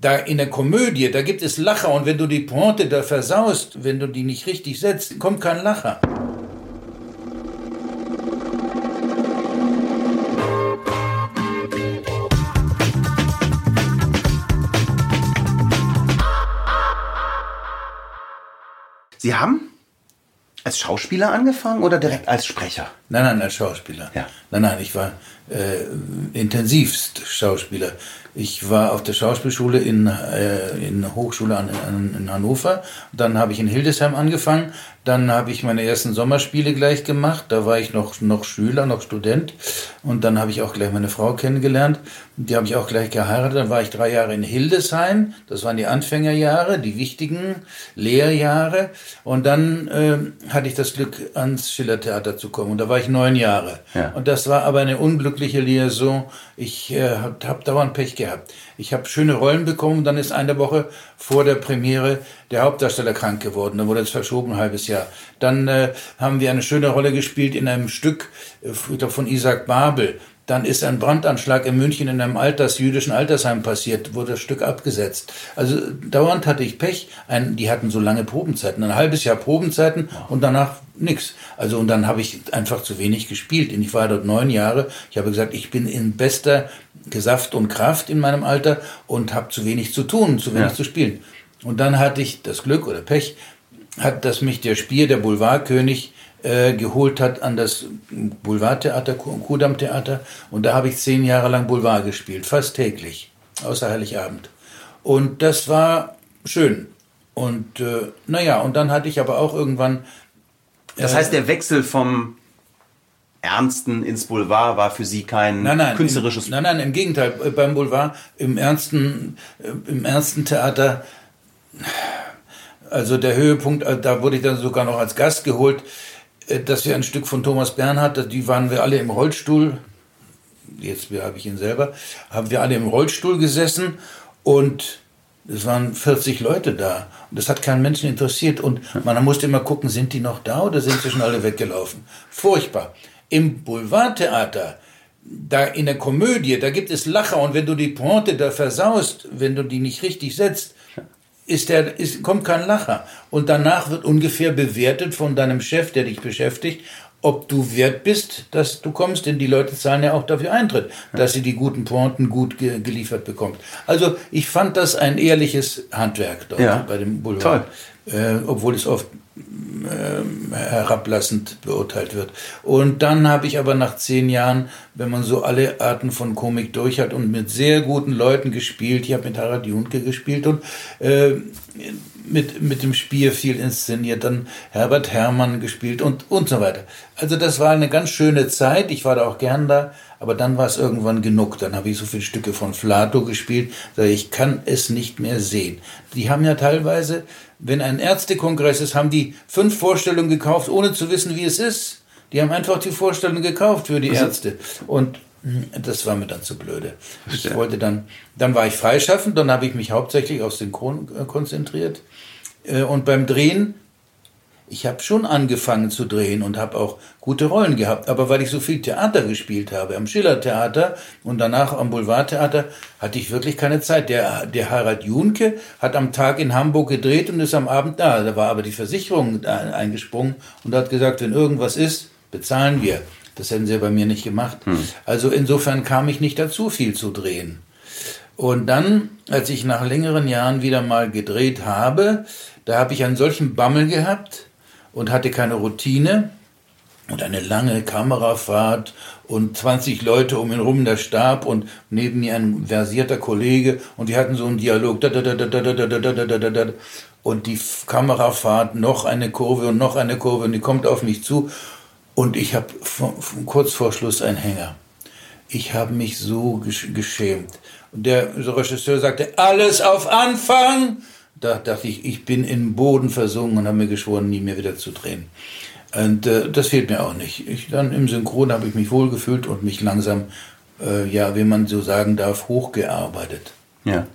Da in der Komödie, da gibt es Lacher und wenn du die Pointe da versaust, wenn du die nicht richtig setzt, kommt kein Lacher. Sie haben als Schauspieler angefangen oder direkt als Sprecher? Nein, als Schauspieler. Ja. Nein, ich war intensivst Schauspieler. Ich war auf der Schauspielschule in Hochschule in Hannover. Dann habe ich in Hildesheim angefangen. Dann habe ich meine ersten Sommerspiele gleich gemacht. Da war ich noch Schüler, noch Student. Und dann habe ich auch gleich meine Frau kennengelernt. Die habe ich auch gleich geheiratet. Dann war ich 3 Jahre in Hildesheim. Das waren die Anfängerjahre, die wichtigen Lehrjahre. Und dann hatte ich das Glück, ans Schillertheater zu kommen. Und da war ich 9 Jahre. Ja. Und das war aber eine unglückliche Liaison. Ich habe dauernd Pech gehabt. Ich habe schöne Rollen bekommen. Dann ist eine Woche vor der Premiere der Hauptdarsteller krank geworden. Dann wurde es verschoben, ein halbes Jahr. Dann haben wir eine schöne Rolle gespielt in einem Stück, ich glaube, von Isaac Babel. Dann ist ein Brandanschlag in München in einem jüdischen Altersheim passiert, wurde das Stück abgesetzt. Also dauernd hatte ich Pech. Die hatten so lange Probenzeiten, ein halbes Jahr Probenzeiten und danach nix. Also und dann habe ich einfach zu wenig gespielt. Ich war dort 9 Jahre. Ich habe gesagt, ich bin in bester Saft und Kraft in meinem Alter und habe zu wenig zu tun, zu wenig zu spielen. Und dann hatte ich das Glück oder Pech, dass mich der Spier, der Boulevardkönig, geholt hat an das Boulevardtheater, Kudamm-Theater. Und da habe ich 10 Jahre lang Boulevard gespielt, fast täglich, außer Heiligabend. Und das war schön. Und und dann hatte ich aber auch irgendwann... Das heißt, der Wechsel vom Ernsten ins Boulevard war für Sie kein künstlerisches... Nein, im Gegenteil. Beim Boulevard, im ernsten Theater... Also der Höhepunkt, da wurde ich dann sogar noch als Gast geholt, dass wir ein Stück von Thomas Bernhard, die waren wir alle im Rollstuhl, jetzt habe ich ihn selber, haben wir alle im Rollstuhl gesessen und es waren 40 Leute da. Und das hat keinen Menschen interessiert und man musste immer gucken, sind die noch da oder sind sie schon alle weggelaufen? Furchtbar. Im Boulevardtheater, da in der Komödie, da gibt es Lacher und wenn du die Pointe da versaust, wenn du die nicht richtig setzt, kommt kein Lacher. Und danach wird ungefähr bewertet von deinem Chef, der dich beschäftigt, ob du wert bist, dass du kommst, denn die Leute zahlen ja auch dafür Eintritt, dass sie die guten Pointen gut geliefert bekommt. Also ich fand das ein ehrliches Handwerk dort bei dem Boulevard. Obwohl es oft herablassend beurteilt wird. Und dann habe ich aber nach 10 Jahren, wenn man so alle Arten von Komik durch hat und mit sehr guten Leuten gespielt, ich habe mit Harald Juhnke gespielt und mit dem Spiel viel inszeniert, dann Herbert Herrmann gespielt und so weiter. Also das war eine ganz schöne Zeit, ich war da auch gern da, aber dann war es irgendwann genug. Dann habe ich so viele Stücke von Flato gespielt, ich kann es nicht mehr sehen. Die haben ja teilweise, wenn ein Ärztekongress ist, haben die 5 Vorstellungen gekauft, ohne zu wissen, wie es ist. Die haben einfach die Vorstellung gekauft für die Ärzte. Und das war mir dann zu blöde. Ich wollte dann war ich freischaffend, dann habe ich mich hauptsächlich auf Synchron konzentriert. Und beim Drehen, ich habe schon angefangen zu drehen und habe auch gute Rollen gehabt. Aber weil ich so viel Theater gespielt habe, am Schillertheater und danach am Boulevardtheater, hatte ich wirklich keine Zeit. Der Harald Juhnke hat am Tag in Hamburg gedreht und ist am Abend da. Da war aber die Versicherung eingesprungen und hat gesagt, wenn irgendwas ist, bezahlen wir. Das hätten sie ja bei mir nicht gemacht. Also insofern kam ich nicht dazu, viel zu drehen. Und dann, als ich nach längeren Jahren wieder mal gedreht habe, da habe ich einen solchen Bammel gehabt und hatte keine Routine und eine lange Kamerafahrt und 20 Leute um ihn rum, der Stab und neben mir ein versierter Kollege und die hatten so einen Dialog und die Kamerafahrt, noch eine Kurve und die kommt auf mich zu und ich habe kurz vor Schluss einen Hänger. Ich habe mich so geschämt. Und der Regisseur sagte, alles auf Anfang. Da dachte ich, ich bin im Boden versunken und habe mir geschworen, nie mehr wieder zu drehen. Und das fehlt mir auch nicht. Dann im Synchron habe ich mich wohlgefühlt und mich langsam, wie man so sagen darf, hochgearbeitet. Ja.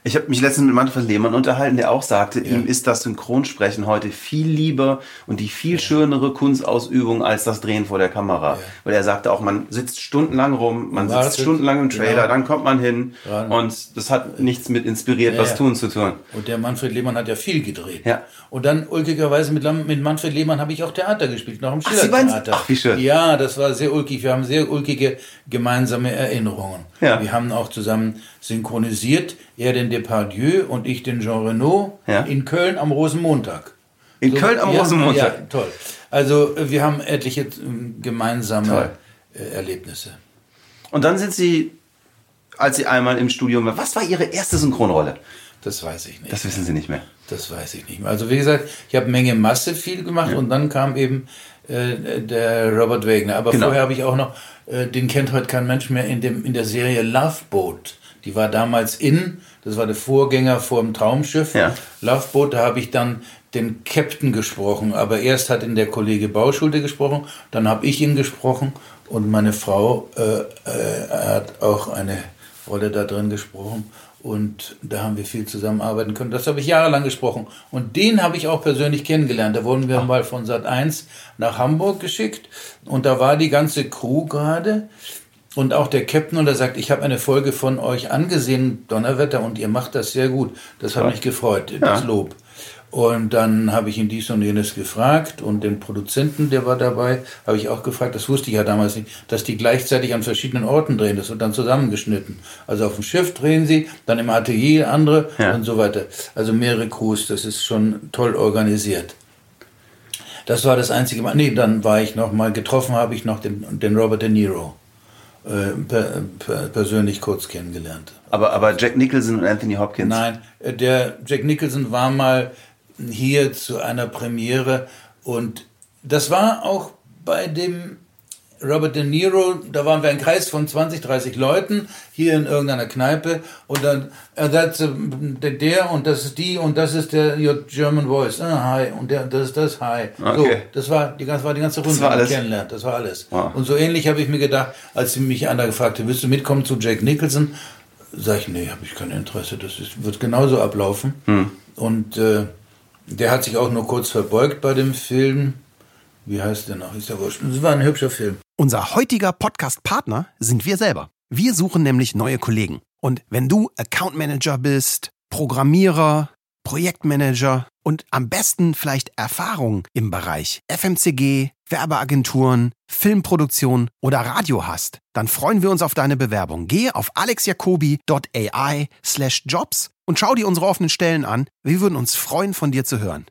Ich habe mich letztens mit Manfred Lehmann unterhalten, der auch sagte, ihm ist das Synchronsprechen heute viel lieber und die viel schönere Kunstausübung als das Drehen vor der Kamera. Ja. Weil er sagte auch, man sitzt stundenlang rum, man sitzt stundenlang im Trailer, dann kommt man hin und das hat nichts mit inspiriert was tun zu tun. Und der Manfred Lehmann hat ja viel gedreht. Ja. Und dann ulkigerweise mit Manfred Lehmann habe ich auch Theater gespielt, noch im Schillertheater. Ach, wie schön. Ja, das war sehr ulkig. Wir haben sehr ulkige gemeinsame Erinnerungen. Ja. Wir haben auch zusammen synchronisiert, er den Depardieu und ich den Jean Reno in Köln am Rosenmontag. Köln am Rosenmontag? Ja, toll. Also wir haben etliche gemeinsame Erlebnisse. Und dann sind Sie, als Sie einmal im Studium waren, was war Ihre erste Synchronrolle? Das weiß ich nicht. Das wissen Sie nicht mehr? Das weiß ich nicht mehr. Also wie gesagt, ich habe Menge Masse viel gemacht und dann kam eben der Robert Wagner. Aber vorher habe ich auch noch, den kennt heute kein Mensch mehr, in der Serie Love Boat. Die war damals das war der Vorgänger vor dem Traumschiff. Ja. Love Boat, da habe ich dann den Captain gesprochen. Aber erst hat ihn der Kollege Bauschulte gesprochen, dann habe ich ihn gesprochen und meine Frau hat auch eine Rolle da drin gesprochen. Und da haben wir viel zusammenarbeiten können. Das habe ich jahrelang gesprochen. Und den habe ich auch persönlich kennengelernt. Da wurden wir mal von Sat.1 nach Hamburg geschickt. Und da war die ganze Crew gerade. Und auch der Captain. Und er sagt, ich habe eine Folge von euch angesehen, Donnerwetter, und ihr macht das sehr gut. Das hat mich gefreut, das Lob. Und dann habe ich ihn dies und jenes gefragt und den Produzenten, der war dabei, habe ich auch gefragt, das wusste ich ja damals nicht, dass die gleichzeitig an verschiedenen Orten drehen, das wird dann zusammengeschnitten. Also auf dem Schiff drehen sie, dann im Atelier andere und so weiter. Also mehrere Crews, das ist schon toll organisiert. Das war das einzige Mal. Nee, dann war ich noch mal, getroffen habe ich noch den Robert De Niro. Persönlich kurz kennengelernt. Aber Jack Nicholson und Anthony Hopkins? Nein, der Jack Nicholson war mal hier zu einer Premiere und das war auch bei dem Robert De Niro, da waren wir ein Kreis von 20, 30 Leuten hier in irgendeiner Kneipe und dann der und das ist die und das ist der Your German Voice, hi und das ist das, hi. Okay. So, das war die ganze Runde, die man kennenlernt, das war alles. Wow. Und so ähnlich habe ich mir gedacht, als mich einer gefragt hat, willst du mitkommen zu Jack Nicholson? Sag ich, nee, habe ich kein Interesse, wird genauso ablaufen. Und der hat sich auch nur kurz verbeugt bei dem Film. Wie heißt der noch? Ist ja wurscht. Das war ein hübscher Film. Unser heutiger Podcast-Partner sind wir selber. Wir suchen nämlich neue Kollegen. Und wenn du Account Manager bist, Programmierer, Projektmanager und am besten vielleicht Erfahrung im Bereich FMCG, Werbeagenturen, Filmproduktion oder Radio hast, dann freuen wir uns auf deine Bewerbung. Gehe auf alexjacobi.ai/jobs und schau dir unsere offenen Stellen an. Wir würden uns freuen, von dir zu hören.